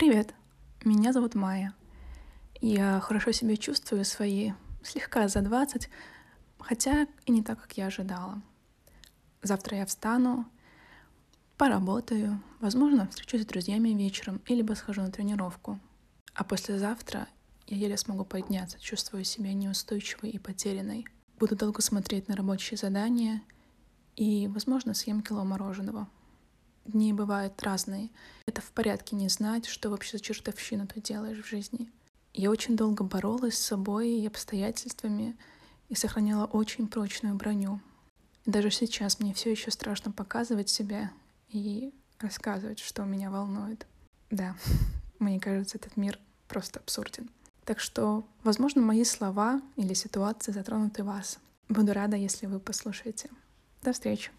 Привет, меня зовут Майя. Я хорошо себя чувствую свои слегка за 20, хотя и не так, как я ожидала. Завтра я встану, поработаю, возможно, встречусь с друзьями вечером, или схожу на тренировку. А послезавтра я еле смогу подняться, чувствую себя неустойчивой и потерянной. Буду долго смотреть на рабочие задания и, возможно, съем кило мороженого. Дни бывают разные. Это в порядке не знать, что вообще за чертовщину ты делаешь в жизни. Я очень долго боролась с собой и обстоятельствами и сохраняла очень прочную броню. И даже сейчас мне все еще страшно показывать себя и рассказывать, что меня волнует. Да, мне кажется, этот мир просто абсурден. Так что, возможно, мои слова или ситуации затронут и вас. Буду рада, если вы послушаете. До встречи!